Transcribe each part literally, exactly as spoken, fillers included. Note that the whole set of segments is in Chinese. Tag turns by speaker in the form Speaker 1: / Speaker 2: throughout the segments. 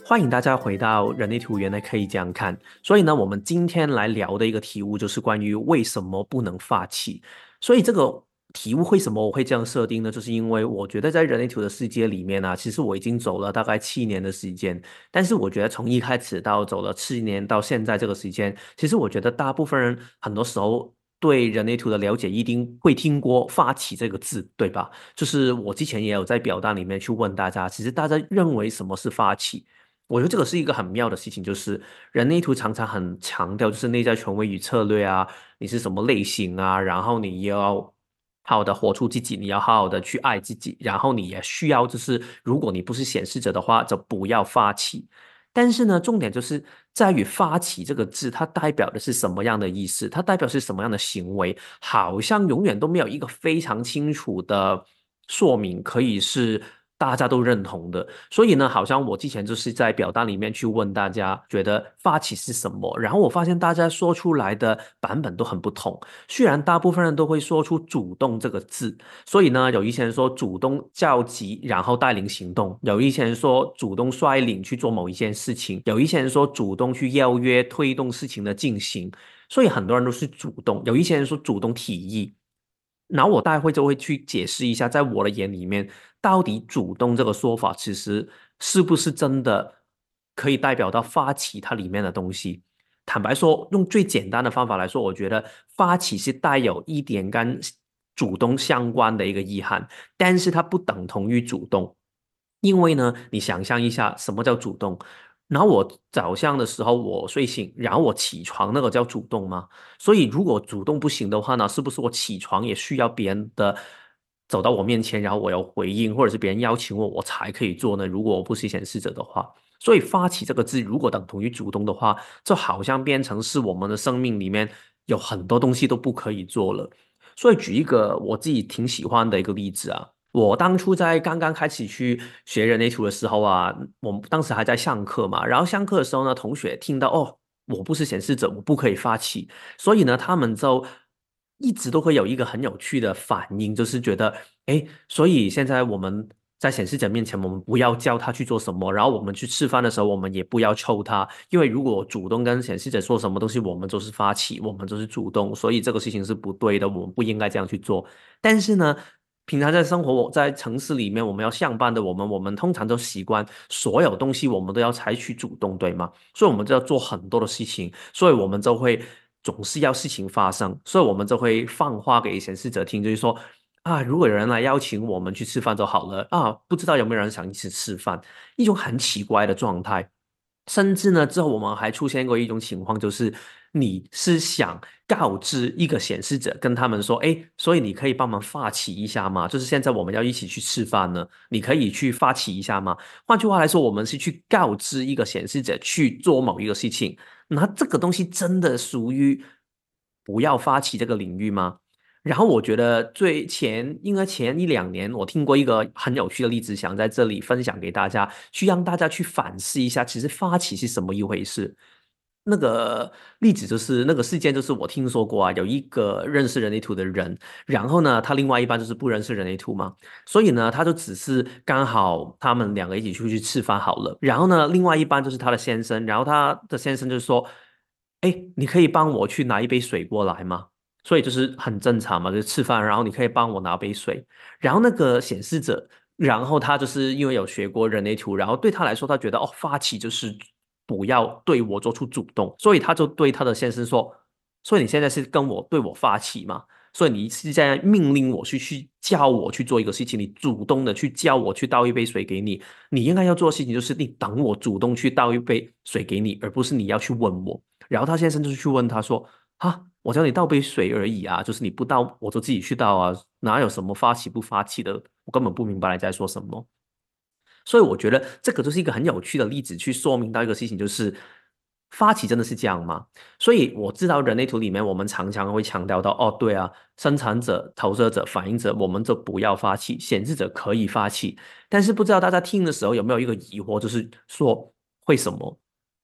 Speaker 1: 欢迎大家回到人类图，原来可以这样看。所以呢，我们今天来聊的一个题目就是关于为什么不能发起。所以这个题目为什么我会这样设定呢？就是因为我觉得在人类图的世界里面啊，其实我已经走了大概七年的时间，但是我觉得从一开始到走了七年到现在这个时间，其实我觉得大部分人很多时候对人类图的了解一定会听过"发起"这个字，对吧？就是我之前也有在表单里面去问大家，其实大家认为什么是发起？我觉得这个是一个很妙的事情，就是人类图常常很强调就是内在权威与策略啊，你是什么类型啊，然后你要好好的活出自己，你要好好的去爱自己，然后你也需要就是如果你不是显示者的话，就不要发起。但是呢，重点就是在于"发起"这个字，它代表的是什么样的意思？它代表是什么样的行为？好像永远都没有一个非常清楚的说明，可以是大家都认同的。所以呢，好像我之前就是在表单里面去问大家，觉得发起是什么，然后我发现大家说出来的版本都很不同。虽然大部分人都会说出“主动"这个字，所以呢，有一些人说主动召集，然后带领行动；有一些人说主动率领去做某一件事情；有一些人说主动去邀约推动事情的进行。所以很多人都是主动，有一些人说主动提议。然后我大概会就会去解释一下，在我的眼里面，到底主动这个说法其实是不是真的可以代表到发起它里面的东西？坦白说，用最简单的方法来说，我觉得发起是带有一点跟主动相关的一个意涵，但是它不等同于主动。因为呢，你想象一下，什么叫主动？然后我早上的时候我睡醒，然后我起床，那个叫主动吗？所以如果主动不行的话呢，是不是我起床也需要别人的走到我面前，然后我要回应，或者是别人邀请我，我才可以做呢？如果我不是显示者的话，所以发起这个字如果等同于主动的话，就好像变成是我们的生命里面有很多东西都不可以做了。所以举一个我自己挺喜欢的一个例子啊。我当初在刚刚开始去学人类图的时候啊，我们当时还在上课嘛，然后上课的时候呢，同学听到哦，我不是显示者，我不可以发起，所以呢，他们就一直都会有一个很有趣的反应，就是觉得，哎，所以现在我们在显示者面前，我们不要教他去做什么，然后我们去吃饭的时候，我们也不要抽他，因为如果主动跟显示者说什么东西，我们都是发起，我们都是主动，所以这个事情是不对的，我们不应该这样去做。但是呢，平常在生活在城市里面，我们要上班的我们，我们通常都习惯所有东西我们都要采取主动，对吗？所以我们就要做很多的事情，所以我们就会总是要事情发生，所以我们就会放话给显示者听，就是说啊，如果有人来邀请我们去吃饭就好了啊，不知道有没有人想一起吃饭，一种很奇怪的状态。甚至呢，之后我们还出现过一种情况，就是你是想告知一个显示者，跟他们说，哎，所以你可以帮忙发起一下吗？就是现在我们要一起去吃饭呢，你可以去发起一下吗？换句话来说，我们是去告知一个显示者去做某一个事情，那这个东西真的属于不要发起这个领域吗？然后我觉得最前应该前一两年，我听过一个很有趣的例子，想在这里分享给大家，去让大家去反思一下，其实发起是什么一回事。那个例子就是那个事件，就是我听说过啊，有一个认识人类图的人，然后呢，他另外一半就是不认识人类图嘛，所以呢，他就只是刚好他们两个一起出去吃饭好了，然后呢，另外一半就是他的先生，然后他的先生就说：“哎，你可以帮我去拿一杯水过来吗？”所以就是很正常嘛，就是吃饭，然后你可以帮我拿杯水，然后那个显示者，然后他就是因为有学过人类图，然后对他来说，他觉得哦，发起就是不要对我做出主动，所以他就对他的先生说，所以你现在是跟我对我发起嘛？所以你是在命令我去去叫我去做一个事情，你主动的去叫我去倒一杯水给你，你应该要做的事情就是你等我主动去倒一杯水给你，而不是你要去问我。然后他先生就是去问他说。哈，我叫你倒杯水而已啊，就是你不倒，我就自己去倒啊，哪有什么发起不发起的？我根本不明白你在说什么。所以我觉得这个就是一个很有趣的例子，去说明到一个事情，就是发起真的是这样吗？所以我知道人类图里面，我们常常会强调到，哦，对啊，生产者、投射者、反应者，我们就不要发起，显示者可以发起。但是不知道大家听的时候有没有一个疑惑，就是说为什么？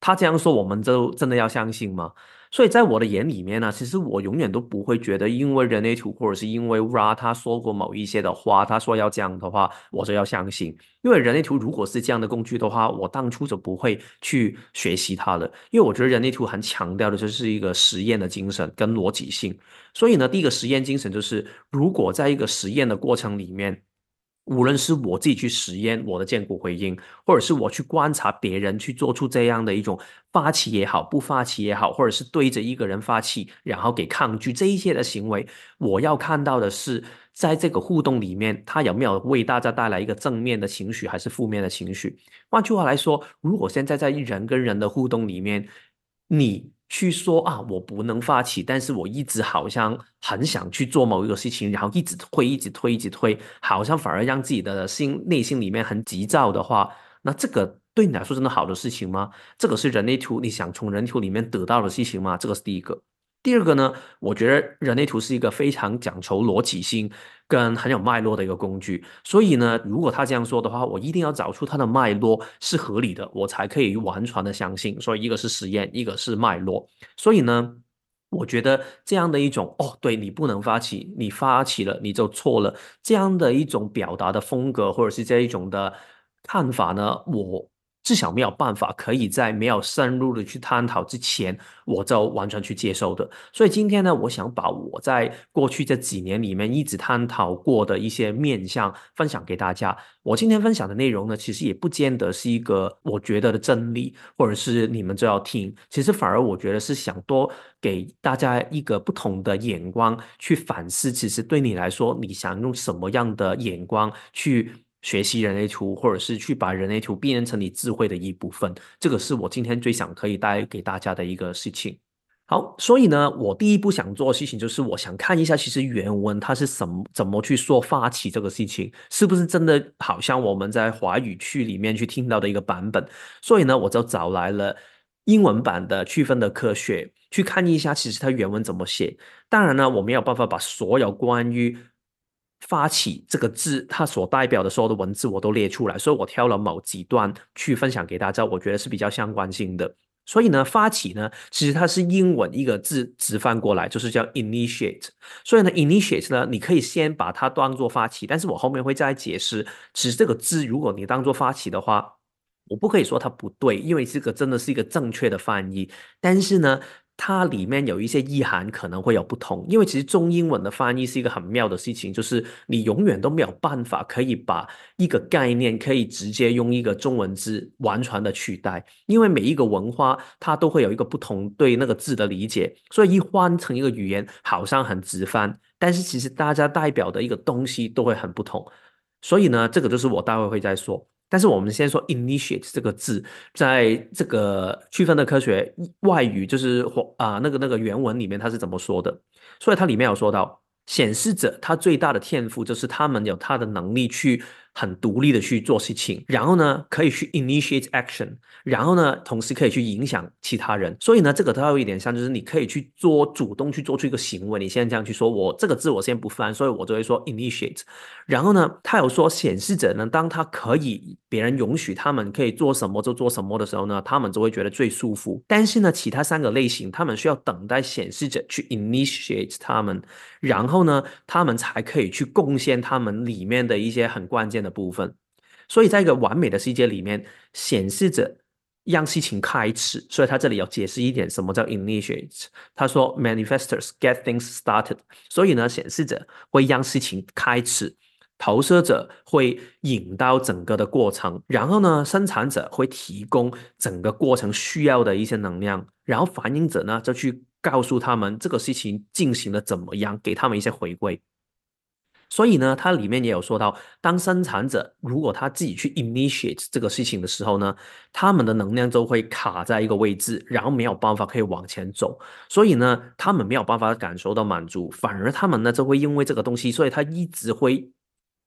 Speaker 1: 他这样说，我们就真的要相信吗？所以在我的眼里面呢，其实我永远都不会觉得，因为人类图或者是因为 Ra 他说过某一些的话，他说要这样的话，我就要相信。因为人类图如果是这样的工具的话，我当初就不会去学习它了。因为我觉得人类图很强调的就是一个实验的精神跟逻辑性。所以呢，第一个实验精神就是，如果在一个实验的过程里面，无论是我自己去实验我的建骨回应，或者是我去观察别人去做出这样的一种发起也好，不发起也好，或者是对着一个人发起，然后给抗拒这一些的行为，我要看到的是，在这个互动里面，他有没有为大家带来一个正面的情绪，还是负面的情绪？换句话来说，如果现在在人跟人的互动里面，你去说啊，我不能发起，但是我一直好像很想去做某一个事情，然后一直推，一直推，一直推，好像反而让自己的心内心里面很急躁的话，那这个对你来说真的好的事情吗？这个是人类图你想从人类图里面得到的事情吗？这个是第一个。第二个呢，我觉得人类图是一个非常讲求逻辑性跟很有脉络的一个工具，所以呢，如果他这样说的话，我一定要找出他的脉络是合理的，我才可以完全的相信。所以一个是实验，一个是脉络。所以呢，我觉得这样的一种哦，对你不能发起，你发起了你就错了，这样的一种表达的风格或者是这一种的看法呢，我至少没有办法可以在没有深入的去探讨之前，我就完全去接受的。所以今天呢，我想把我在过去这几年里面一直探讨过的一些面向分享给大家。我今天分享的内容呢，其实也不见得是一个我觉得的真理，或者是你们就要听。其实反而我觉得是想多给大家一个不同的眼光去反思，其实对你来说，你想用什么样的眼光去学习人类图，或者是去把人类图变成你智慧的一部分。这个是我今天最想可以带给大家的一个事情。好，所以呢，我第一步想做的事情就是，我想看一下，其实原文它是什么怎么去说发起这个事情，是不是真的好像我们在华语区里面去听到的一个版本。所以呢，我就找来了英文版的《区分的科学》，去看一下其实它原文怎么写。当然呢，我没有办法把所有关于发起这个字它所代表的所有的文字我都列出来，所以我挑了某几段去分享给大家，我觉得是比较相关性的。所以呢，发起呢，其实它是英文一个字直翻过来，就是叫 initiate。所以呢，initiate 呢，你可以先把它当做发起，但是我后面会再解释，其实这个字如果你当做发起的话，我不可以说它不对，因为这个真的是一个正确的翻译。但是呢，它里面有一些意涵可能会有不同，因为其实中英文的翻译是一个很妙的事情，就是你永远都没有办法可以把一个概念可以直接用一个中文字完全的取代，因为每一个文化它都会有一个不同对那个字的理解，所以一换成一个语言好像很直翻，但是其实大家代表的一个东西都会很不同。所以呢，这个就是我待会会再说。但是我们先说 initiate 这个字，在这个区分的科学外语，就是啊、呃、那个那个原文里面它是怎么说的？所以它里面有说到，显示者他最大的天赋就是他们有他的能力去很独立的去做事情，然后呢可以去 initiate action，然后呢同时可以去影响其他人。所以呢这个它有一点像，就是你可以去做主动去做出一个行为。你现在这样去说，我这个字我先不翻，所以我就会说 initiate。然后呢，他有说显示者呢，当他可以别人允许他们可以做什么就做什么的时候呢，他们就会觉得最舒服。但是呢，其他三个类型，他们需要等待显示者去 initiate 他们，然后呢，他们才可以去贡献他们里面的一些很关键的部分。所以在一个完美的世界里面，显示者让事情开始，所以他这里要解释一点什么叫 initiate。他说 manifestors get things started，所以呢，显示者会让事情开始。投射者会引导整个的过程，然后呢，生产者会提供整个过程需要的一些能量，然后反映者呢就去告诉他们这个事情进行的怎么样，给他们一些回馈。所以呢，它里面也有说到，当生产者如果他自己去 initiate 这个事情的时候呢，他们的能量就会卡在一个位置，然后没有办法可以往前走。所以呢，他们没有办法感受到满足，反而他们呢就会因为这个东西，所以他一直会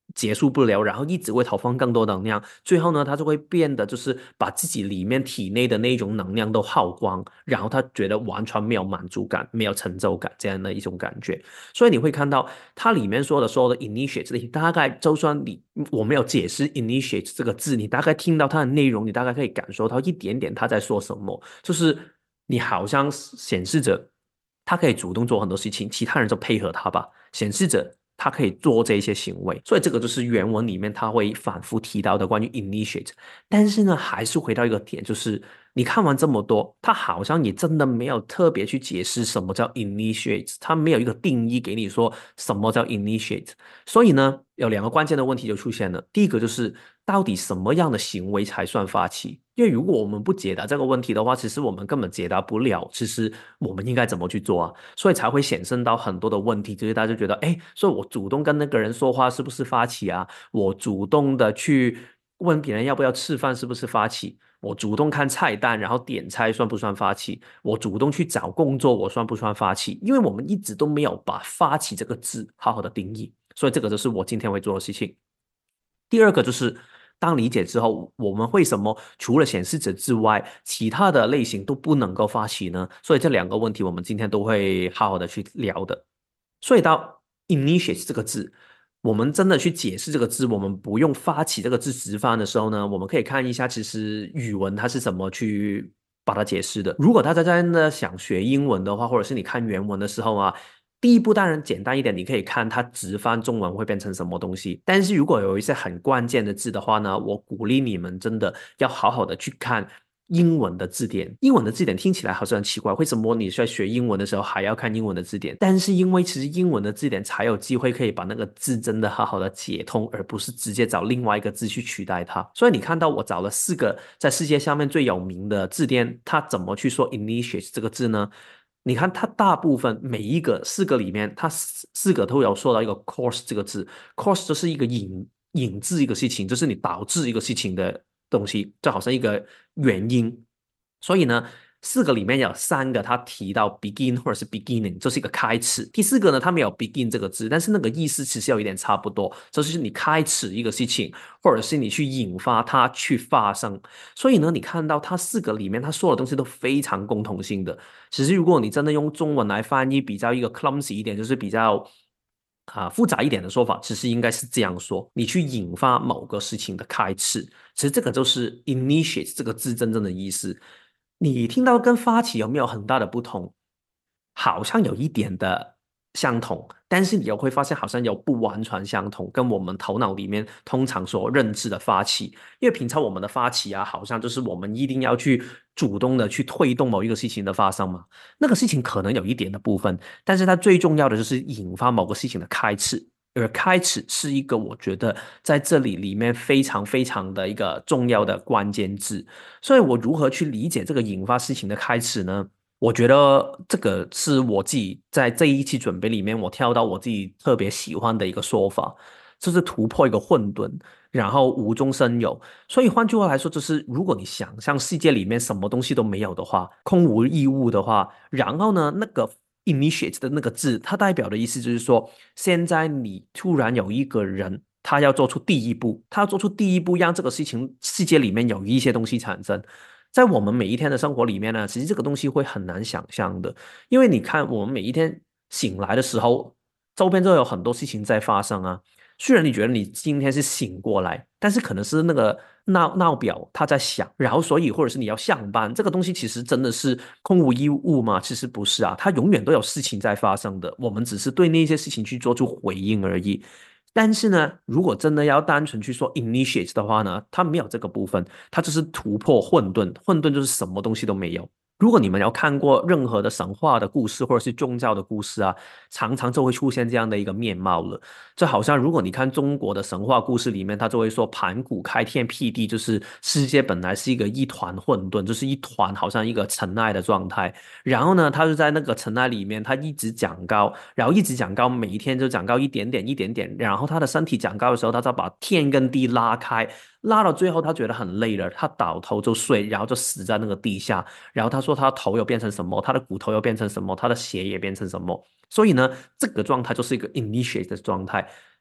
Speaker 1: 结束不了，然后一直会投放更多能量，最后呢，他就会变得就是把自己里面体内的那种能量都耗光，然后他觉得完全没有满足感、没有成就感这样的一种感觉。所以你会看到它里面说的所有的 initiate，你大概就算你我没有解释 initiate 这个字，你大概听到它的内容，你大概可以感受到一点点他在说什么，就是你好像显示着他可以主动做很多事情，其他人就配合他吧，显示着他可以做这一些行为，所以这个就是原文里面他会反复提到的关于 initiate。但是呢，还是回到一个点，就是你看完这么多，他好像也真的没有特别去解释什么叫 initiate，他没有一个定义给你说什么叫 initiate。所以呢，有两个关键的问题就出现了。第一个就是到底什么样的行为才算发起？因为如果我们不解答这个问题的话，其实我们根本解答不了，其实我们应该怎么去做啊？所以才会衍生到很多的问题，就是大家就觉得，哎，所以我主动跟那个人说话是不是发起啊？我主动的去问别人要不要吃饭是不是发起？我主动看菜单然后点菜算不算发起？我主动去找工作我算不算发起？因为我们一直都没有把发起这个字好好的定义，所以这个就是我今天会做的事情。第二个就是当理解之后，我们为什么除了显示者之外，其他的类型都不能够发起呢？所以这两个问题我们今天都会好好的去聊的。所以到 initiate 这个字，我们真的去解释这个字，我们不用发起这个字直翻的时候呢，我们可以看一下其实语文它是怎么去把它解释的。如果大家真的想学英文的话，或者是你看原文的时候啊，第一步当然简单一点，你可以看它直翻中文会变成什么东西。但是如果有一些很关键的字的话呢，我鼓励你们真的要好好的去看英文的字典。英文的字典听起来好像很奇怪，为什么你在学英文的时候还要看英文的字典？但是因为其实英文的字典才有机会可以把那个字真的好好的解通，而不是直接找另外一个字去取代它。所以你看到我找了四个在世界上面最有名的字典，它怎么去说 initiate 这个字呢？你看，它大部分每一个四个里面，它四四个都有说到一个 cause 这个字，cause 就是一个引引致一个事情，就是你导致一个事情的东西，就好像一个原因。所以呢，四个里面有三个他提到 begin 或者是 beginning，这是一个开始。第四个呢，他没有 begin 这个字，但是那个意思其实有一点差不多，就是你开始一个事情，或者是你去引发它去发生。所以呢，你看到它四个里面，它说的东西都非常共同性的。其实如果你真的用中文来翻译，比较一个 clumsy 一点，就是比较啊复杂一点的说法，其实应该是这样说：你去引发某个事情的开始，其实这个就是 initiate 这个字真正的意思。你听到跟发起有没有很大的不同？好像有一点的相同，但是你又会发现好像有不完全相同，跟我们头脑里面通常所认知的发起。因为平常我们的发起啊，好像就是我们一定要去主动的去推动某一个事情的发生嘛。那个事情可能有一点的部分，但是它最重要的就是引发某个事情的开始。而开始是一个我觉得在这里里面非常非常的一个重要的关键字，所以我如何去理解这个引发事情的开始呢？我觉得这个是我自己在这一期准备里面，我挑到我自己特别喜欢的一个说法，就是突破一个混沌，然后无中生有。所以换句话来说，就是如果你想象世界里面什么东西都没有的话，空无一物的话，然后呢，那个 initiate 的那个字，它代表的意思就是说，现在你突然有一个人。他要做出第一步，他要做出第一步，让这个事情世界里面有一些东西产生。在我们每一天的生活里面呢，其实这个东西会很难想象的，因为你看，我们每一天醒来的时候，周边都有很多事情在发生啊。虽然你觉得你今天是醒过来，但是可能是那个闹闹表它在响，然后所以或者是你要上班，这个东西其实真的是空无一物吗？其实不是啊，它永远都有事情在发生的，我们只是对那些事情去做出回应而已。但是呢，如果真的要单纯去说 initiate 的话呢，它没有这个部分，它就是突破混沌，混沌就是什么东西都没有。如果你们有看过任何的神话的故事或者是宗教的故事啊，常常就会出现这样的一个面貌了。就好像如果你看中国的神话故事里面，他就会说盘古开天辟地，就是世界本来是一个一团混沌，就是一团好像一个尘埃的状态。然后呢，他就在那个尘埃里面，他一直长高，然后一直长高，每一天就长高一点点一点点。然后他的身体长高的时候，他就把天跟地拉开，拉到最后他觉得很累了，他倒头就睡，然后就死在那个地下。然后他说他头又变成什么，他的骨头又变成什么，他的血也变成什么。所以呢，这个状态就是一个 initiate 的状态。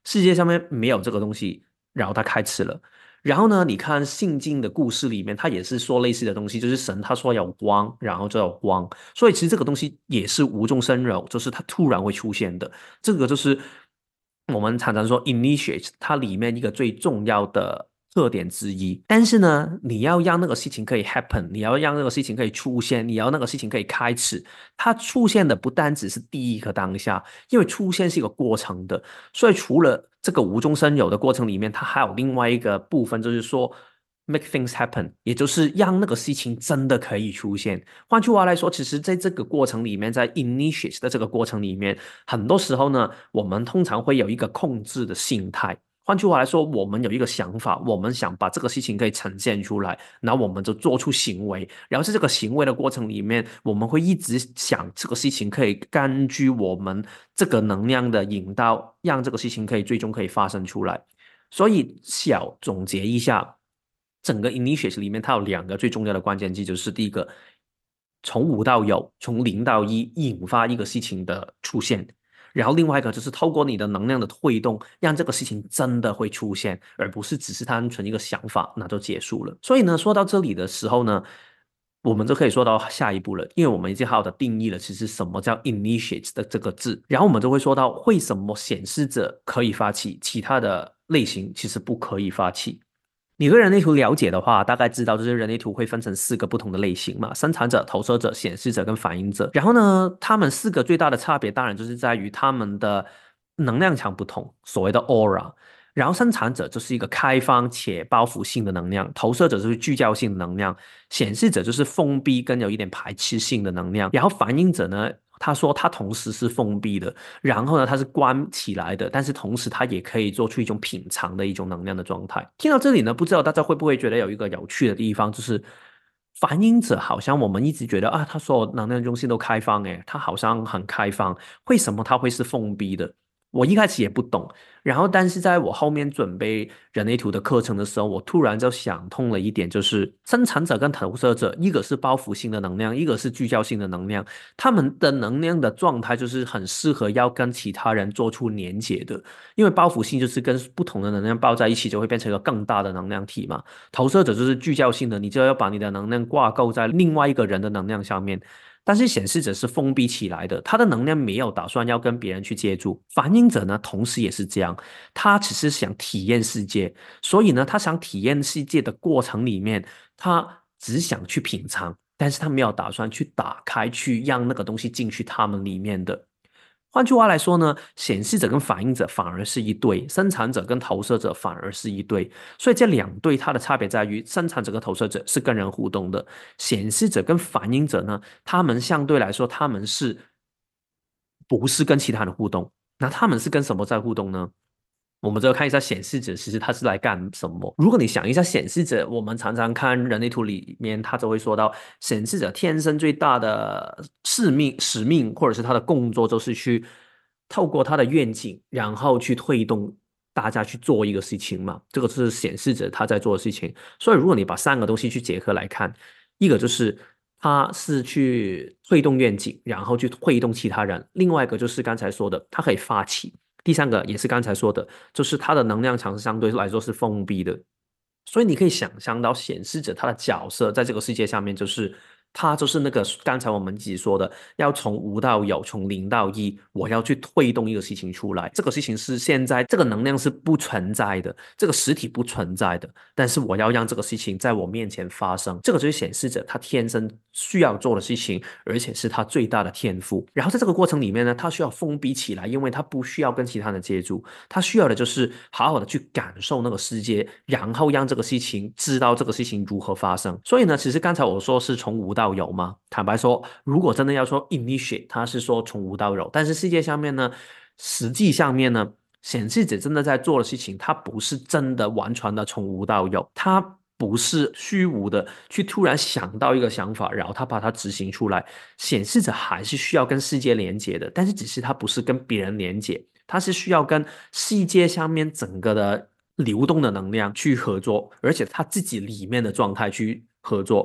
Speaker 1: 世界上面没有这个东西，然后它开始了。然后呢，你看圣经的故事里面，它也是说类似的东西，就是神他说有光，然后就有光。所以其实这个东西也是无中生有，就是它突然会出现的。这个就是我们常常说 initiate 它里面一个最重要的特点之一。但是呢，你要让那个事情可以 happen，你要让那个事情可以出现，你要那个事情可以开始，它出现的不单只是第一个当下，因为出现是一个过程的。所以除了这个无中生有的过程里面，它还有另外一个部分，就是说 make things happen，也就是让那个事情真的可以出现。换句话来说，其实在这个过程里面，在 initiate 的这个过程里面，很多时候呢，我们通常会有一个控制的心态。换句话来说，我们有一个想法，我们想把这个事情可以呈现出来，然后我们就做出行为，然后在这个行为的过程里面，我们会一直想这个事情可以根据我们这个能量的引导，让这个事情可以最终可以发生出来。所以小总结一下，整个 initiate 里面它有两个最重要的关键字，就是第一个，从无到有，从零到一，引发一个事情的出现。然后另外一个就是透过你的能量的推动，让这个事情真的会出现，而不是只是单纯一个想法，那就结束了。所以呢，说到这里的时候呢，我们就可以说到下一步了，因为我们已经好好的定义了，其实什么叫 initiate 的这个字，然后我们就会说到为什么显示者可以发起，其他的类型其实不可以发起。你对人类图了解的话，大概知道就是人类图会分成四个不同的类型嘛，生产者、投射者、显示者跟反映者。然后呢，他们四个最大的差别，当然就是在于他们的能量场不同，所谓的 aura。然后生产者就是一个开放且包袱性的能量，投射者就是聚焦性的能量，显示者就是封闭跟有一点排斥性的能量，然后反映者呢，他说他同时是封闭的，然后呢，它是关起来的，但是同时它也可以做出一种品尝的一种能量的状态。听到这里呢，不知道大家会不会觉得有一个有趣的地方，就是反映者好像我们一直觉得啊，他所有能量中心都开放，诶，他好像很开放，为什么他会是封闭的？我一开始也不懂，然后但是在我后面准备人类图的课程的时候，我突然就想通了一点，就是生产者跟投射者，一个是包袱性的能量，一个是聚焦性的能量，他们的能量的状态就是很适合要跟其他人做出连接的，因为包袱性就是跟不同的能量抱在一起，就会变成一个更大的能量体嘛。投射者就是聚焦性的，你就要把你的能量挂钩在另外一个人的能量上面。但是显示者是封闭起来的，他的能量没有打算要跟别人去接触。反映者呢，同时也是这样，他只是想体验世界，所以呢，他想体验世界的过程里面，他只想去品尝，但是他没有打算去打开，去让那个东西进去他们里面的。换句话来说呢，显示者跟反映者反而是一对，生产者跟投射者反而是一对。所以这两对它的差别在于，生产者跟投射者是跟人互动的，显示者跟反映者呢，他们相对来说他们是不是跟其他人互动？那他们是跟什么在互动呢？我们就要看一下显示者，其实他是来干什么？如果你想一下显示者，我们常常看人类图里面，他就会说到，显示者天生最大的使命、使命或者是他的工作，就是去透过他的愿景，然后去推动大家去做一个事情嘛。这个是显示者他在做的事情。所以，如果你把三个东西去结合来看，一个就是他是去推动愿景，然后去推动其他人；另外一个就是刚才说的，他可以发起。第三个也是刚才说的，就是它的能量场是相对来说是封闭的，所以你可以想象到显示者他的角色在这个世界上面，就是他就是那个刚才我们一直说的，要从无到有，从零到一，我要去推动一个事情出来。这个事情是现在这个能量是不存在的，这个实体不存在的，但是我要让这个事情在我面前发生，这个就是显示者他天生需要做的事情，而且是他最大的天赋。然后在这个过程里面呢，他需要封闭起来，因为他不需要跟其他人接触，他需要的就是好好的去感受那个世界，然后让这个事情知道这个事情如何发生。所以呢，其实刚才我说是从无到有嘛，坦白说，如果真的要说 initiate，它是说从无到有，但是世界上面呢，实际上面呢，显示者真的在做的事情，它不是真的完全的从无到有，它不是虚无的去突然想到一个想法，然后他把它执行出来。显示者还是需要跟世界连接的，但是只是他不是跟别人连接，他是需要跟世界上面整个的流动的能量去合作，而且他自己里面的状态去合作。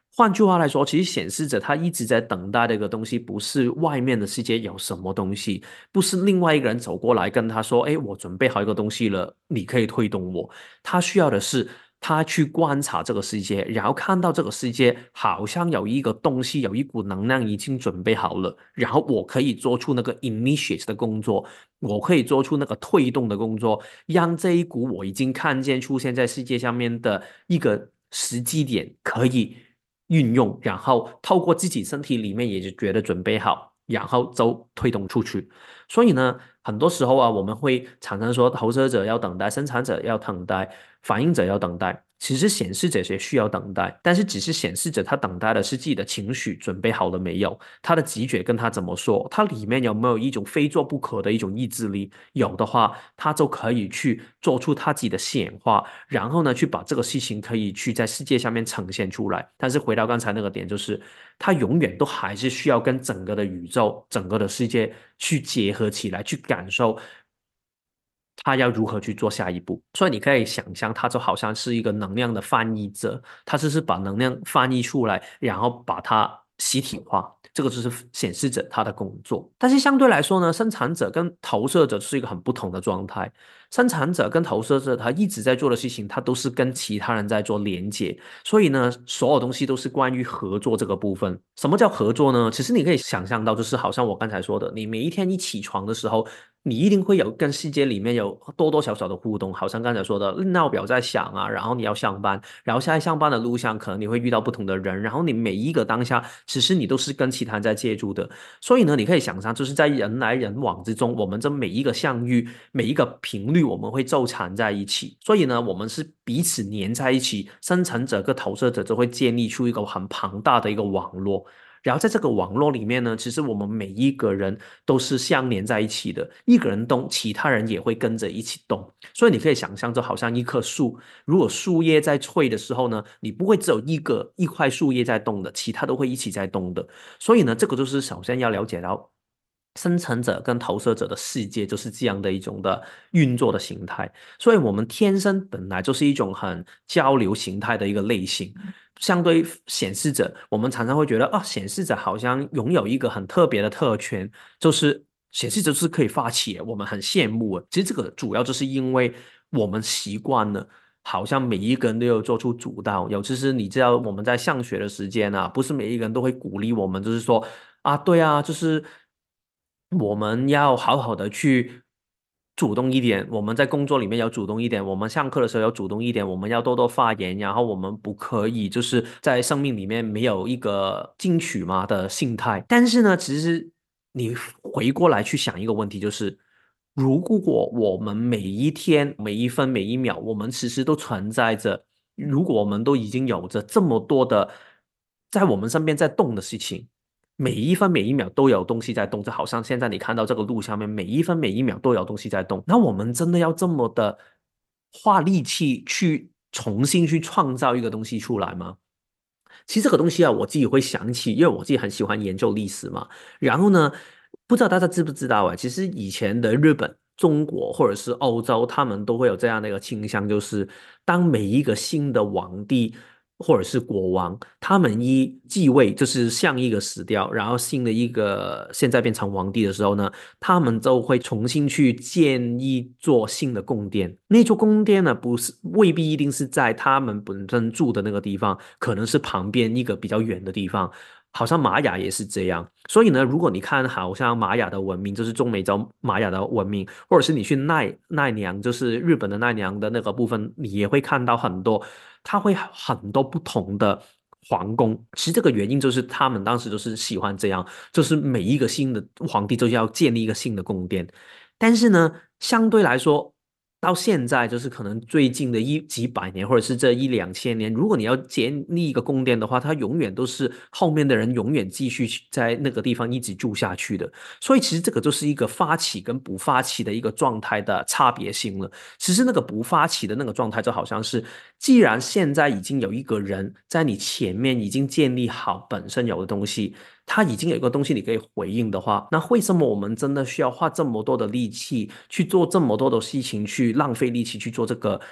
Speaker 1: 换句话来说，其实显示着他一直在等待的一个东西，不是外面的世界有什么东西，不是另外一个人走过来跟他说：“哎，我准备好一个东西了，你可以推动我。”他需要的是他去观察这个世界，然后看到这个世界好像有一个东西，有一股能量已经准备好了，然后我可以做出那个 initiate 的工作，我可以做出那个推动的工作，让这一股我已经看见出现在世界上面的一个时机点可以运用，然后透过自己身体里面也就觉得准备好，然后就推动出去。所以呢，很多时候啊，我们会常常说，投射者要等待，生产者要等待，反应者要等待。其实显示者也需要等待，但是只是显示者他等待的是自己的情绪准备好了没有，他的直觉跟他怎么说，他里面有没有一种非做不可的一种意志力？有的话，他就可以去做出他自己的显化，然后呢，去把这个事情可以去在世界上面呈现出来。但是回到刚才那个点，就是他永远都还是需要跟整个的宇宙、整个的世界去结合起来，去感受他要如何去做下一步。所以你可以想象，他就好像是一个能量的翻译者，他就是把能量翻译出来，然后把它实体化。这个就是显示者他的工作。但是相对来说呢，生产者跟投射者是一个很不同的状态。生产者跟投射者他一直在做的事情，他都是跟其他人在做连接。所以呢，所有东西都是关于合作这个部分。什么叫合作呢？其实你可以想象到，就是好像我刚才说的，你每一天一起床的时候，你一定会有跟世界里面有多多少少的互动，好像刚才说的闹表在响啊，然后你要上班，然后在上班的路上可能你会遇到不同的人，然后你每一个当下，其实你都是跟其他人在接触的。所以呢，你可以想象，就是在人来人往之中，我们这每一个相遇，每一个频率，我们会纠缠在一起。所以呢，我们是彼此粘在一起，生产者跟投射者就会建立出一个很庞大的一个网络。然后在这个网络里面呢，其实我们每一个人都是相连在一起的，一个人动，其他人也会跟着一起动。所以你可以想象，就好像一棵树，如果树叶在吹的时候呢，你不会只有一个一块树叶在动的，其他都会一起在动的。所以呢，这个就是首先要了解到。生成者跟投射者的世界就是这样的一种的运作的形态，所以我们天生本来就是一种很交流形态的一个类型。相对显示者，我们常常会觉得啊，显示者好像拥有一个很特别的特权，就是显示者是可以发起，我们很羡慕。其实这个主要就是因为我们习惯了。好像每一个人都有做出主导，尤其是你知道我们在上学的时间啊，不是每一个人都会鼓励我们，就是说啊，对啊，就是我们要好好的去主动一点，我们在工作里面要主动一点，我们上课的时候要主动一点，我们要多多发言，然后我们不可以就是在生命里面没有一个进取嘛的心态。但是呢，其实你回过来去想一个问题，就是如果我们每一天、每一分、每一秒，我们其实都存在着，如果我们都已经有着这么多的在我们身边在动的事情。每一分每一秒都有东西在动，就好像现在你看到这个路上面，每一分每一秒都有东西在动。那我们真的要这么的花力气去重新去创造一个东西出来吗？其实这个东西啊，我自己会想起，因为我自己很喜欢研究历史嘛。然后呢，不知道大家知不知道啊？其实以前的日本、中国或者是欧洲，他们都会有这样的一个倾向，就是当每一个新的皇帝或者是国王，他们一继位，就是上一个死掉，然后新的一个现在变成皇帝的时候呢，他们就会重新去建一座新的宫殿。那座宫殿呢，不是未必一定是在他们本身住的那个地方，可能是旁边一个比较远的地方。好像玛雅也是这样，所以呢，如果你看好像玛雅的文明，就是中美洲玛雅的文明，或者是你去奈奈良，就是日本的奈良的那个部分，你也会看到很多，它会很多不同的皇宫。其实这个原因就是他们当时就是喜欢这样，就是每一个新的皇帝都要建立一个新的宫殿。但是呢，相对来说，到现在就是可能最近的一几百年，或者是这一两千年，如果你要建立一个宫殿的话，它永远都是后面的人永远继续在那个地方一直住下去的。所以其实这个就是一个发起跟不发起的一个状态的差别性了。其实那个不发起的那个状态，就好像是，既然现在已经有一个人在你前面已经建立好本身有的东西，他已经有一个东西你可以回应的话，那为什么我们真的需要花这么多的力气去做这么多的事情，去浪费力气去做这个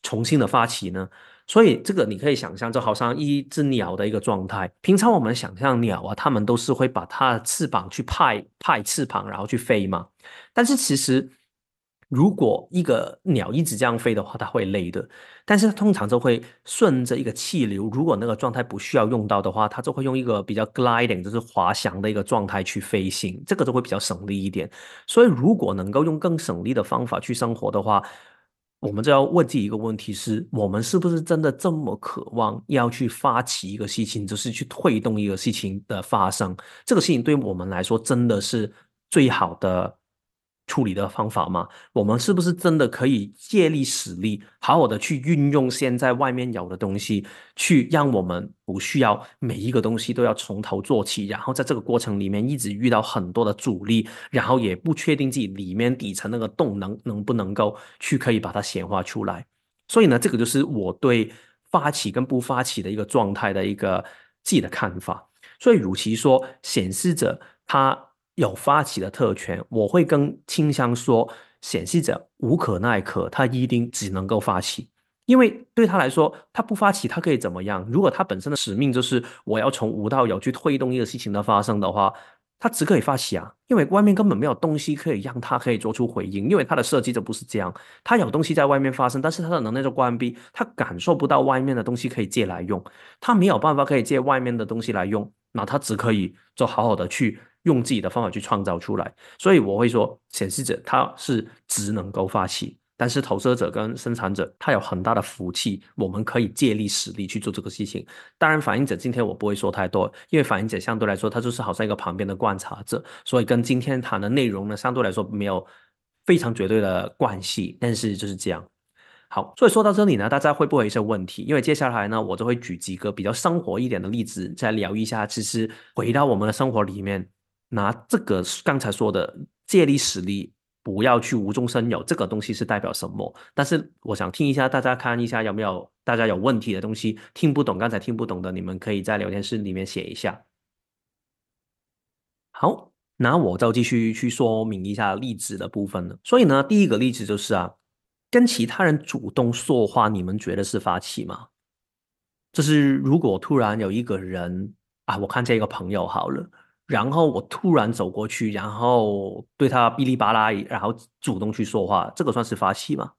Speaker 1: 重新的发起呢？所以这个你可以想象，就好像一只鸟的一个状态。平常我们想象鸟啊，它们都是会把它的翅膀去派派翅膀，然后去飞嘛。但是其实，如果一个鸟一直这样飞的话，它会累的。但是它通常就会顺着一个气流，如果那个状态不需要用到的话，它就会用一个比较 gliding，就是滑翔的一个状态去飞行，这个就会比较省力一点。所以如果能够用更省力的方法去生活的话，我们就要问自己一个问题是：我们是不是真的这么渴望要去发起一个事情，就是去推动一个事情的发生？这个事情对我们来说真的是最好的处理的方法吗？我们是不是真的可以借力使力，好好的去运用现在外面有的东西，去让我们不需要每一个东西都要从头做起，然后在这个过程里面一直遇到很多的阻力，然后也不确定自己里面底层那个动能能不能够去可以把它显化出来。所以呢，这个就是我对发起跟不发起的一个状态的一个自己的看法。所以，与其说显示者他有发起的特权，我会更倾向说，显示者无可奈何，他一定只能够发起。因为对他来说，他不发起，他可以怎么样？如果他本身的使命就是我要从无到有去推动一个事情的发生的话，他只可以发起啊，因为外面根本没有东西可以让他可以做出回应，因为他的设计就不是这样，他有东西在外面发生，但是他的能量就关闭，他感受不到外面的东西可以借来用，他没有办法可以借外面的东西来用，那他只可以就好好的去用自己的方法去创造出来。所以我会说，显示者他是只能够发起，但是投射者跟生产者他有很大的福气，我们可以借力使力去做这个事情。当然，反映者今天我不会说太多，因为反映者相对来说他就是好像一个旁边的观察者，所以跟今天谈的内容呢，相对来说没有非常绝对的关系，但是就是这样。好，所以说到这里呢，大家会不会有一些问题？因为接下来呢，我就会举几个比较生活一点的例子，再聊一下。其实回到我们的生活里面，拿这个刚才说的借力使力，不要去无中生有，这个东西是代表什么？但是我想听一下大家看一下有没有大家有问题的东西，听不懂，刚才听不懂的，你们可以在聊天室里面写一下。好，那我就继续去说明一下例子的部分了。所以呢，第一个例子就是啊，跟其他人主动说话，你们觉得是发起吗？就是如果突然有一个人啊，我看见一个朋友好了，然后我突然走过去，然后对他哔哩吧啦，然后主动去说话，这个算是发起吗？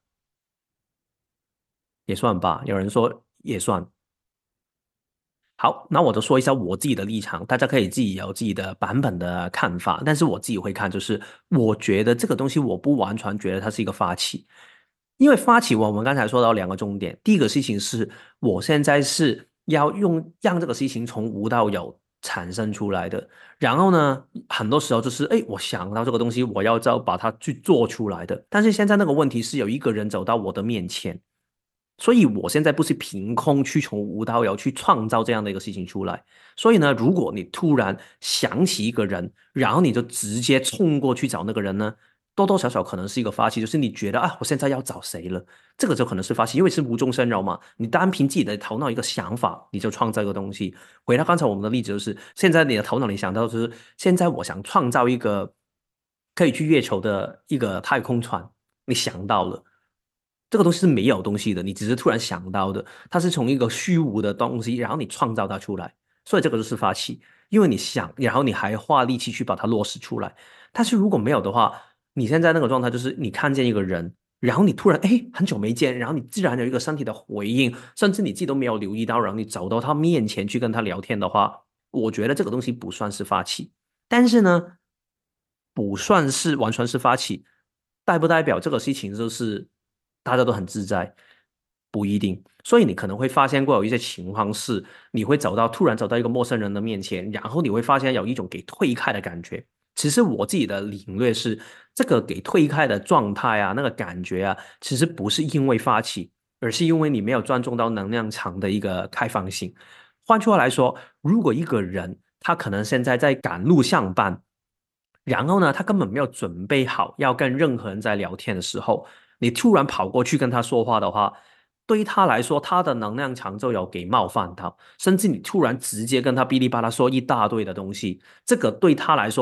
Speaker 1: 也算吧。有人说也算。好，那我就说一下我自己的立场，大家可以自己有自己的版本的看法，但是我自己会看，就是我觉得这个东西我不完全觉得它是一个发起，因为发起我们刚才说到两个重点，第一个事情是我现在是要用让这个事情从无到有产生出来的，然后呢，很多时候就是哎，我想到这个东西，我要要把它去做出来的，但是现在那个问题是有一个人走到我的面前。所以我现在不是凭空去从无到有去创造这样的一个事情出来。所以呢，如果你突然想起一个人，然后你就直接冲过去找那个人呢，多多少少可能是一个发起，就是你觉得啊，我现在要找谁了，这个就可能是发起，因为是无中生有嘛。你单凭自己的头脑一个想法，你就创造一个东西。回到刚才我们的例子，就是现在你的头脑里想到，就是现在我想创造一个可以去月球的一个太空船，你想到了。这个东西是没有东西的，你只是突然想到的，它是从一个虚无的东西，然后你创造它出来，所以这个就是发起，因为你想，然后你还花力气去把它落实出来。但是如果没有的话，你现在那个状态就是你看见一个人，然后你突然哎很久没见，然后你自然有一个身体的回应，甚至你自己都没有留意到，然后你走到他面前去跟他聊天的话，我觉得这个东西不算是发起。但是呢，不算是完全是发起，代不代表这个事情就是大家都很自在？不一定。所以你可能会发现过有一些情况是，你会走到突然走到一个陌生人的面前，然后你会发现有一种给推开的感觉。其实我自己的领略是，这个给推开的状态啊，那个感觉啊，其实不是因为发起，而是因为你没有专注到能量场的一个开放性。换句话来说，如果一个人他可能现在在赶路上班，然后呢，他根本没有准备好要跟任何人在聊天的时候，你突然跑过去跟他说话的话，对于他来说，他的能量场就有给冒犯到，甚至你突然直接跟他哔哩吧啦说一大堆的东西，这个对他来说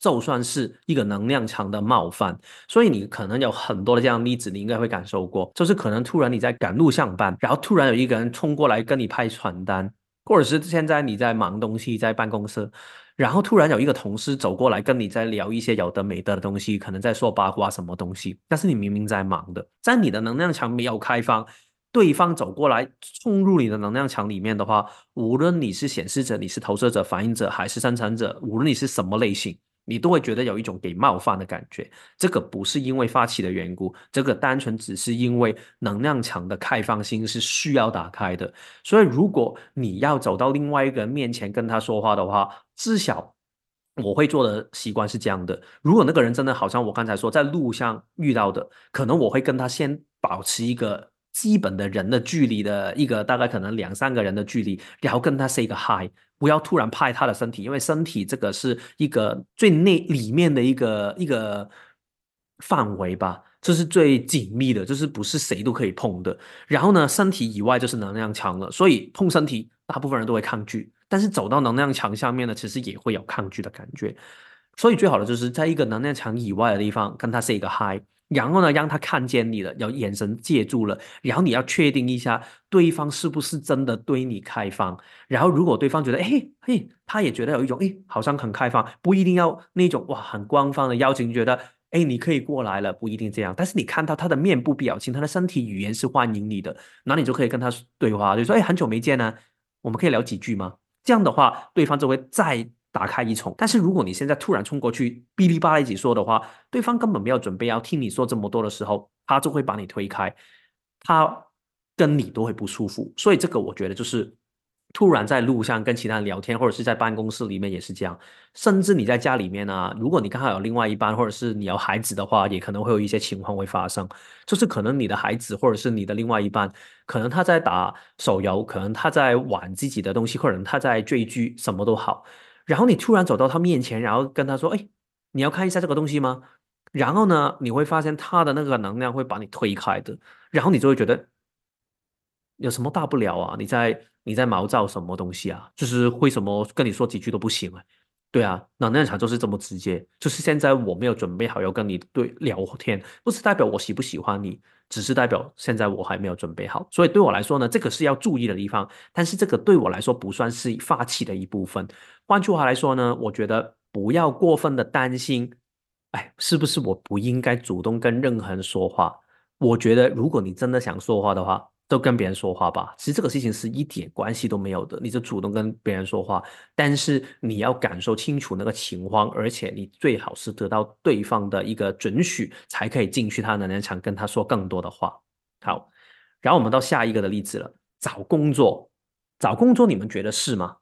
Speaker 1: 就算是一个能量场的冒犯。所以你可能有很多的这样的例子，你应该会感受过，就是可能突然你在赶路上班，然后突然有一个人冲过来跟你派传单，或者是现在你在忙东西，在办公室，然后突然有一个同事走过来跟你在聊一些有的没的的东西，可能在说八卦什么东西，但是你明明在忙的，在你的能量场没有开放，对方走过来冲入你的能量场里面的话，无论你是显示者、你是投射者、反应者还是生产者，无论你是什么类型，你都会觉得有一种给冒犯的感觉。这个不是因为发起的缘故，这个单纯只是因为能量场的开放性是需要打开的。所以，如果你要走到另外一个人面前跟他说话的话，至少我会做的习惯是这样的：如果那个人真的好像我刚才说在路上遇到的，可能我会跟他先保持一个基本的人的距离的一个大概可能两三个人的距离，然后跟他 say 个 hi，不要突然拍他的身体，因为身体这个是一个最内里面的一个一个范围吧，这是最紧密的，就是不是谁都可以碰的。然后呢，身体以外就是能量场了，所以碰身体，大部分人都会抗拒，但是走到能量场下面呢，其实也会有抗拒的感觉。所以最好的就是在一个能量场以外的地方跟他 say 一个 hi，然后呢，让他看见你了，要眼神借住了，然后你要确定一下对方是不是真的对你开放。然后如果对方觉得，哎嘿，他也觉得有一种，哎，好像很开放，不一定要那种哇很官方的邀请，觉得，哎，你可以过来了，不一定这样。但是你看到他的面部表情，他的身体语言是欢迎你的，那你就可以跟他对话，就说，哎，很久没见呢，我们可以聊几句吗？这样的话，对方就会再打开一重。但是如果你现在突然冲过去，哔哩吧啦一起说的话，对方根本没有准备要听你说这么多的时候，他就会把你推开，他跟你都会不舒服。所以这个我觉得就是突然在路上跟其他人聊天，或者是在办公室里面也是这样，甚至你在家里面啊，如果你刚好有另外一半，或者是你有孩子的话，也可能会有一些情况会发生，就是可能你的孩子或者是你的另外一半，可能他在打手游，可能他在玩自己的东西，或者他在追剧，什么都好。然后你突然走到他面前，然后跟他说："哎，你要看一下这个东西吗？"然后呢，你会发现他的那个能量会把你推开的，然后你就会觉得有什么大不了啊？你在你在毛躁什么东西啊？就是为什么跟你说几句都不行啊？对啊，能量场就是这么直接，就是现在我没有准备好要跟你对聊天，不是代表我喜不喜欢你，只是代表现在我还没有准备好。所以对我来说呢，这个是要注意的地方，但是这个对我来说不算是发起的一部分。换句话来说呢，我觉得不要过分的担心，哎，是不是我不应该主动跟任何人说话？我觉得如果你真的想说话的话，都跟别人说话吧。其实这个事情是一点关系都没有的，你就主动跟别人说话，但是你要感受清楚那个情况，而且你最好是得到对方的一个准许，才可以进去他的能量场跟他说更多的话。好，然后我们到下一个的例子了，找工作。找工作，你们觉得是吗？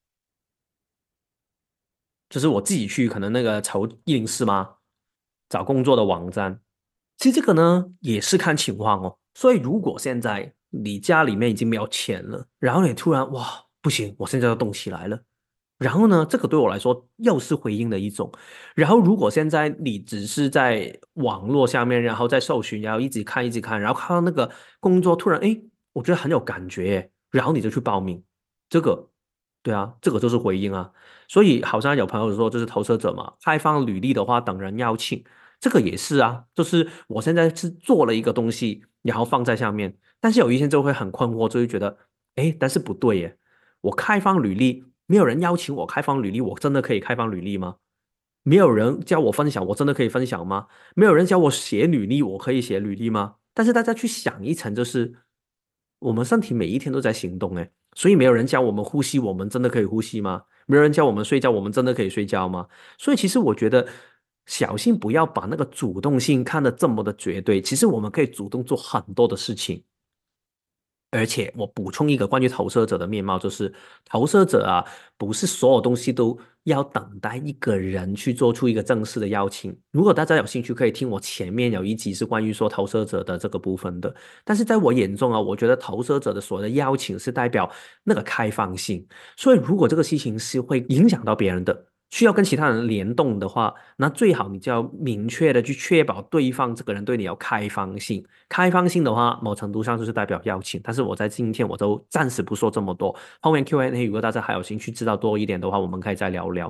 Speaker 1: 就是我自己去可能那个投一零四吗？找工作的网站，其实这个呢也是看情况哦。所以如果现在你家里面已经没有钱了，然后你突然哇不行，我现在要动起来了，然后呢，这个对我来说又是回应的一种。然后如果现在你只是在网络下面，然后在搜寻，然后一直看一直看，然后看到那个工作突然诶，我觉得很有感觉耶，然后你就去报名，这个对啊，这个就是回应啊。所以好像有朋友说，就是投射者嘛，开放履历的话等人邀请，这个也是啊，就是我现在是做了一个东西，然后放在下面，但是有一些人就会很困惑，就会觉得，哎，但是不对耶，我开放履历，没有人邀请我开放履历，我真的可以开放履历吗？没有人教我分享，我真的可以分享吗？没有人教我写履历，我可以写履历吗？但是大家去想一层，就是我们身体每一天都在行动，哎，所以没有人教我们呼吸，我们真的可以呼吸吗？没有人教我们睡觉，我们真的可以睡觉吗？所以其实我觉得，小心不要把那个主动性看得这么的绝对。其实我们可以主动做很多的事情。而且我补充一个关于投射者的面貌，就是投射者啊，不是所有东西都要等待一个人去做出一个正式的邀请。如果大家有兴趣，可以听我前面有一集是关于说投射者的这个部分的。但是在我眼中啊，我觉得投射者的所谓的邀请是代表那个开放性。所以如果这个事情是会影响到别人的，需要跟其他人联动的话，那最好你就要明确的去确保对方这个人对你有开放性。开放性的话，某程度上就是代表邀请。但是我在今天我都暂时不说这么多，后面 Q and A 如果大家还有兴趣知道多一点的话，我们可以再聊聊。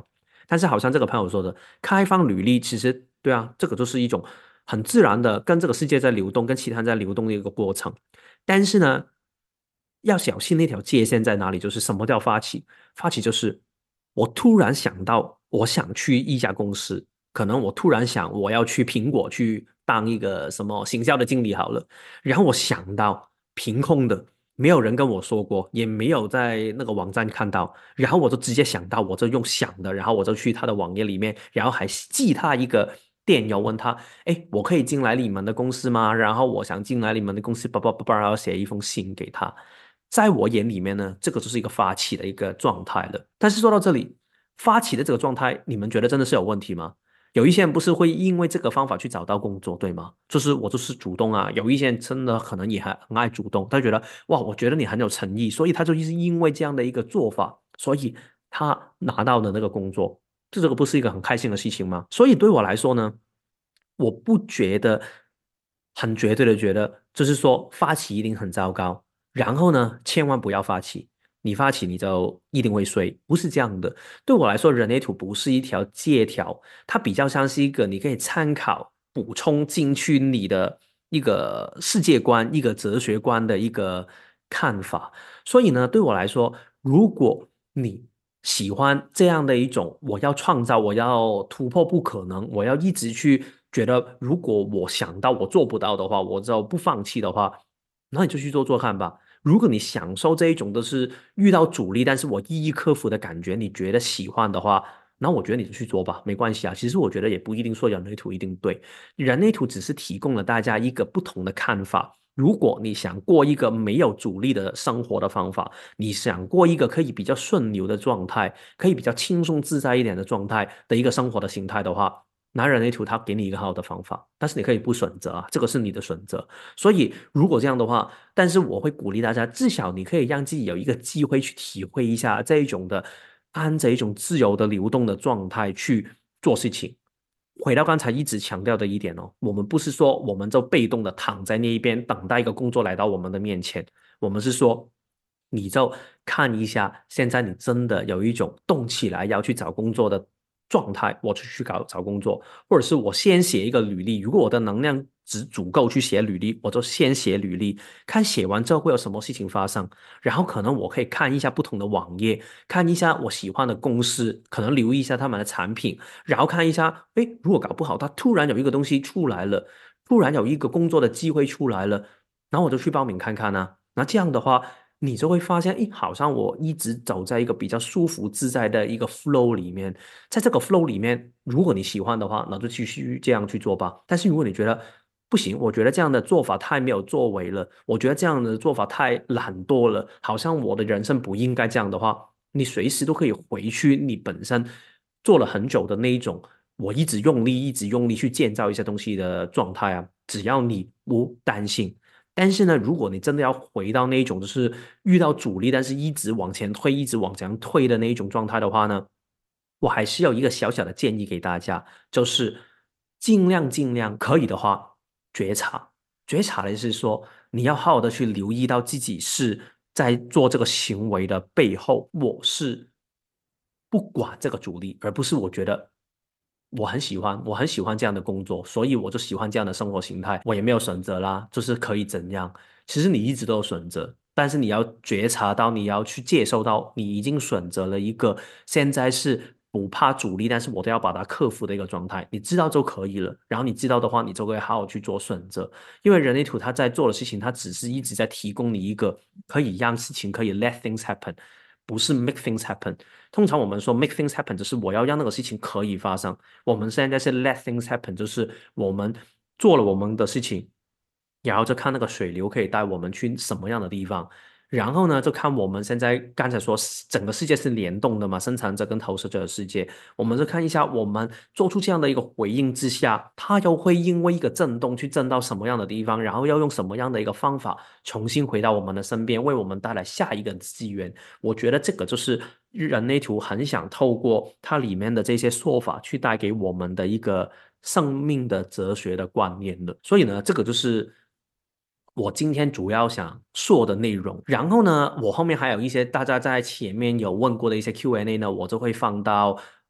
Speaker 1: 但是好像这个朋友说的，开放履历，其实对啊，这个就是一种很自然的跟这个世界在流动，跟其他人在流动的一个过程。但是呢，要小心那条界限在哪里，就是什么叫发起？发起就是我突然想到，我想去一家公司，可能我突然想我要去苹果去当一个什么行销的经理好了，然后我想到凭空的。没有人跟我说过，也没有在那个网站看到，然后我就直接想到，我就用想的，然后我就去他的网页里面，然后还寄他一个电邮，问他，哎，我可以进来你们的公司吗？然后我想进来你们的公司，叭叭叭叭，然后写一封信给他。在我眼里面呢，这个就是一个发起的一个状态了。但是说到这里，发起的这个状态，你们觉得真的是有问题吗？有一些人不是会因为这个方法去找到工作，对吗？就是我就是主动啊。有一些人真的可能也很很爱主动，他觉得哇，我觉得你很有诚意，所以他就是因为这样的一个做法，所以他拿到的那个工作，这这个不是一个很开心的事情吗？所以对我来说呢，我不觉得很绝对的觉得，就是说发起一定很糟糕，然后呢，千万不要发起。你发起你就一定会衰，不是这样的。对我来说，人类图不是一条借条，它比较像是一个你可以参考、补充进去你的一个世界观、一个哲学观的一个看法。所以呢，对我来说，如果你喜欢这样的一种，我要创造，我要突破不可能，我要一直去觉得，如果我想到我做不到的话，我就不放弃的话，那你就去做做看吧。如果你享受这一种都是遇到阻力，但是我一一克服的感觉，你觉得喜欢的话，那我觉得你就去做吧，没关系啊。其实我觉得也不一定说人类图一定对，人类图只是提供了大家一个不同的看法。如果你想过一个没有阻力的生活的方法，你想过一个可以比较顺流的状态，可以比较轻松自在一点的状态的一个生活的形态的话，拿人类图它给你一个好的方法，但是你可以不选择啊，这个是你的选择。所以如果这样的话，但是我会鼓励大家，至少你可以让自己有一个机会去体会一下这一种的按着一种自由的流动的状态去做事情。回到刚才一直强调的一点哦，我们不是说我们就被动的躺在那一边等待一个工作来到我们的面前，我们是说你就看一下，现在你真的有一种动起来要去找工作的状态，我就去搞找工作，或者是我先写一个履历，如果我的能量值足够去写履历，我就先写履历，看写完之后会有什么事情发生，然后可能我可以看一下不同的网页，看一下我喜欢的公司，可能留意一下他们的产品。然后看一下，哎，如果搞不好，他突然有一个东西出来了，突然有一个工作的机会出来了，然后我就去报名看看啊。那这样的话，你就会发现，哎，好像我一直走在一个比较舒服自在的一个 flow 里面，在这个 flow 里面，如果你喜欢的话，那就继续这样去做吧。但是如果你觉得不行，我觉得这样的做法太没有作为了，我觉得这样的做法太懒惰了，好像我的人生不应该这样的话，你随时都可以回去你本身做了很久的那一种，我一直用力、一直用力去建造一些东西的状态啊。只要你不担心，但是呢，如果你真的要回到那一种就是遇到阻力，但是一直往前推、一直往前推的那一种状态的话呢，我还是有一个小小的建议给大家，就是尽量尽量可以的话，觉察。觉察的是说，你要好好的去留意到自己是在做这个行为的背后，我是不管这个阻力，而不是我觉得我很喜欢，我很喜欢这样的工作，所以我就喜欢这样的生活形态，我也没有选择啦，就是可以怎样。其实你一直都有选择，但是你要觉察到，你要去接受到，你已经选择了一个现在是不怕阻力，但是我都要把它克服的一个状态，你知道就可以了。然后你知道的话，你就会好好去做选择。因为人类图他在做的事情，他只是一直在提供你一个可以让事情可以 let things happen，不是 make things happen。通常我们说 make things happen，就是我要让那个事情可以发生。我们现在是 let things happen，就是我们做了我们的事情，然后就看那个水流可以带我们去什么样的地方。然后呢，就看我们现在刚才说整个世界是联动的嘛，生产者跟投射者的世界，我们就看一下我们做出这样的一个回应之下，它又会因为一个震动去震到什么样的地方，然后要用什么样的一个方法重新回到我们的身边，为我们带来下一个资源。我觉得这个就是人类图很想透过它里面的这些说法去带给我们的一个生命的哲学的观念的。所以呢，这个就是我今天主要想说的内容。然后呢，我后面还有一些大家在前面有问过的一些 Q and A 呢，我就会放到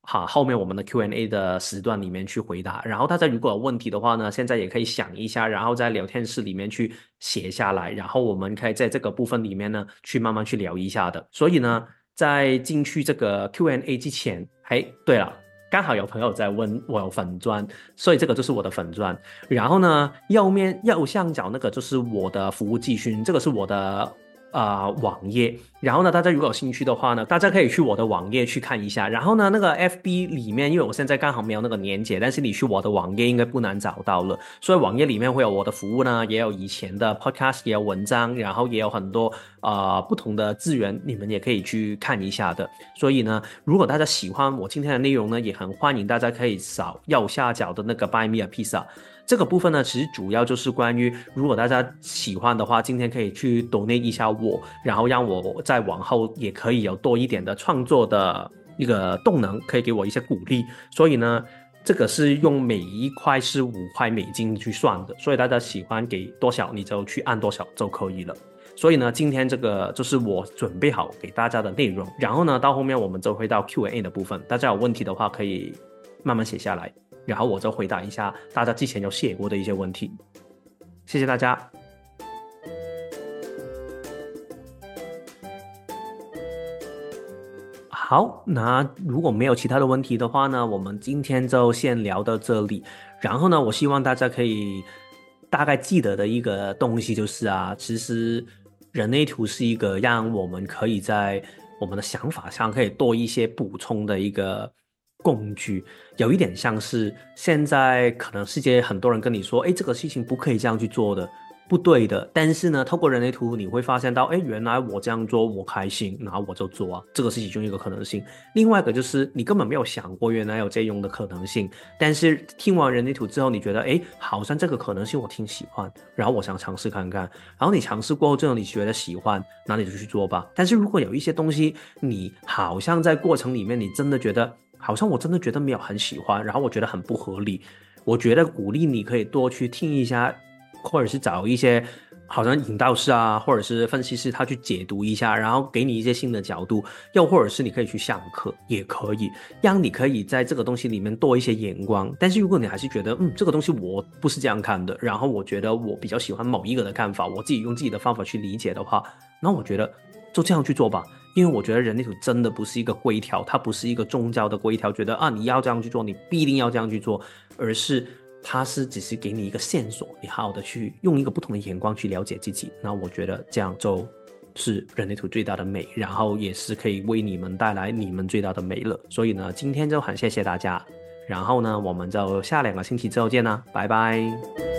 Speaker 1: 哈，后面我们的 Q and A 的时段里面去回答。然后大家如果有问题的话呢，现在也可以想一下，然后在聊天室里面去写下来，然后我们可以在这个部分里面呢去慢慢去聊一下的。所以呢，在进去这个 Q and A 之前，哎，对了。刚好有朋友在问我有粉砖，所以这个就是我的粉砖。然后呢，右面右上角那个就是我的服务技讯，这个是我的呃网页。然后呢，大家如果有兴趣的话呢，大家可以去我的网页去看一下。然后呢，那个 F B 里面，因为我现在刚好没有那个连结，但是你去我的网页应该不难找到了。所以网页里面会有我的服务呢，也有以前的 podcast， 也有文章，然后也有很多呃不同的资源，你们也可以去看一下的。所以呢，如果大家喜欢我今天的内容呢，也很欢迎大家可以扫右下角的那个 Buy Me a Pizza。这个部分呢，其实主要就是关于，如果大家喜欢的话，今天可以去 donate 一下我，然后让我在往后也可以有多一点的创作的一个动能，可以给我一些鼓励。所以呢，这个是用每一块是五块美金去算的，所以大家喜欢给多少你就去按多少就可以了。所以呢，今天这个就是我准备好给大家的内容，然后呢，到后面我们就会到 Q and A 的部分，大家有问题的话可以慢慢写下来。然后我就回答一下大家之前有写过的一些问题，谢谢大家。好，那如果没有其他的问题的话呢，我们今天就先聊到这里。然后呢，我希望大家可以大概记得的一个东西就是啊，其实人类图是一个让我们可以在我们的想法上可以多一些补充的一个工具，有一点像是现在可能世界很多人跟你说，哎，这个事情不可以这样去做的，不对的。但是呢，透过人类图你会发现到，哎，原来我这样做我开心，然后我就做啊，这个是其中一个可能性。另外一个就是你根本没有想过原来有这样的可能性，但是听完人类图之后，你觉得，哎，好像这个可能性我挺喜欢，然后我想尝试看看。然后你尝试过后之后，你觉得喜欢，那你就去做吧。但是如果有一些东西，你好像在过程里面，你真的觉得。好像我真的觉得没有很喜欢，然后我觉得很不合理。我觉得鼓励你可以多去听一下，或者是找一些好像引导师啊，或者是分析师，他去解读一下，然后给你一些新的角度。又或者是你可以去上课，也可以让你可以在这个东西里面多一些眼光。但是如果你还是觉得，嗯，这个东西我不是这样看的，然后我觉得我比较喜欢某一个的看法，我自己用自己的方法去理解的话，那我觉得就这样去做吧。因为我觉得人类图真的不是一个规条，它不是一个宗教的规条，觉得啊你要这样去做，你必定要这样去做，而是它是只是给你一个线索，你好好的去用一个不同的眼光去了解自己。那我觉得这样就是人类图最大的美，然后也是可以为你们带来你们最大的美了。所以呢，今天就很谢谢大家，然后呢，我们就下两个星期之后见啦，拜拜。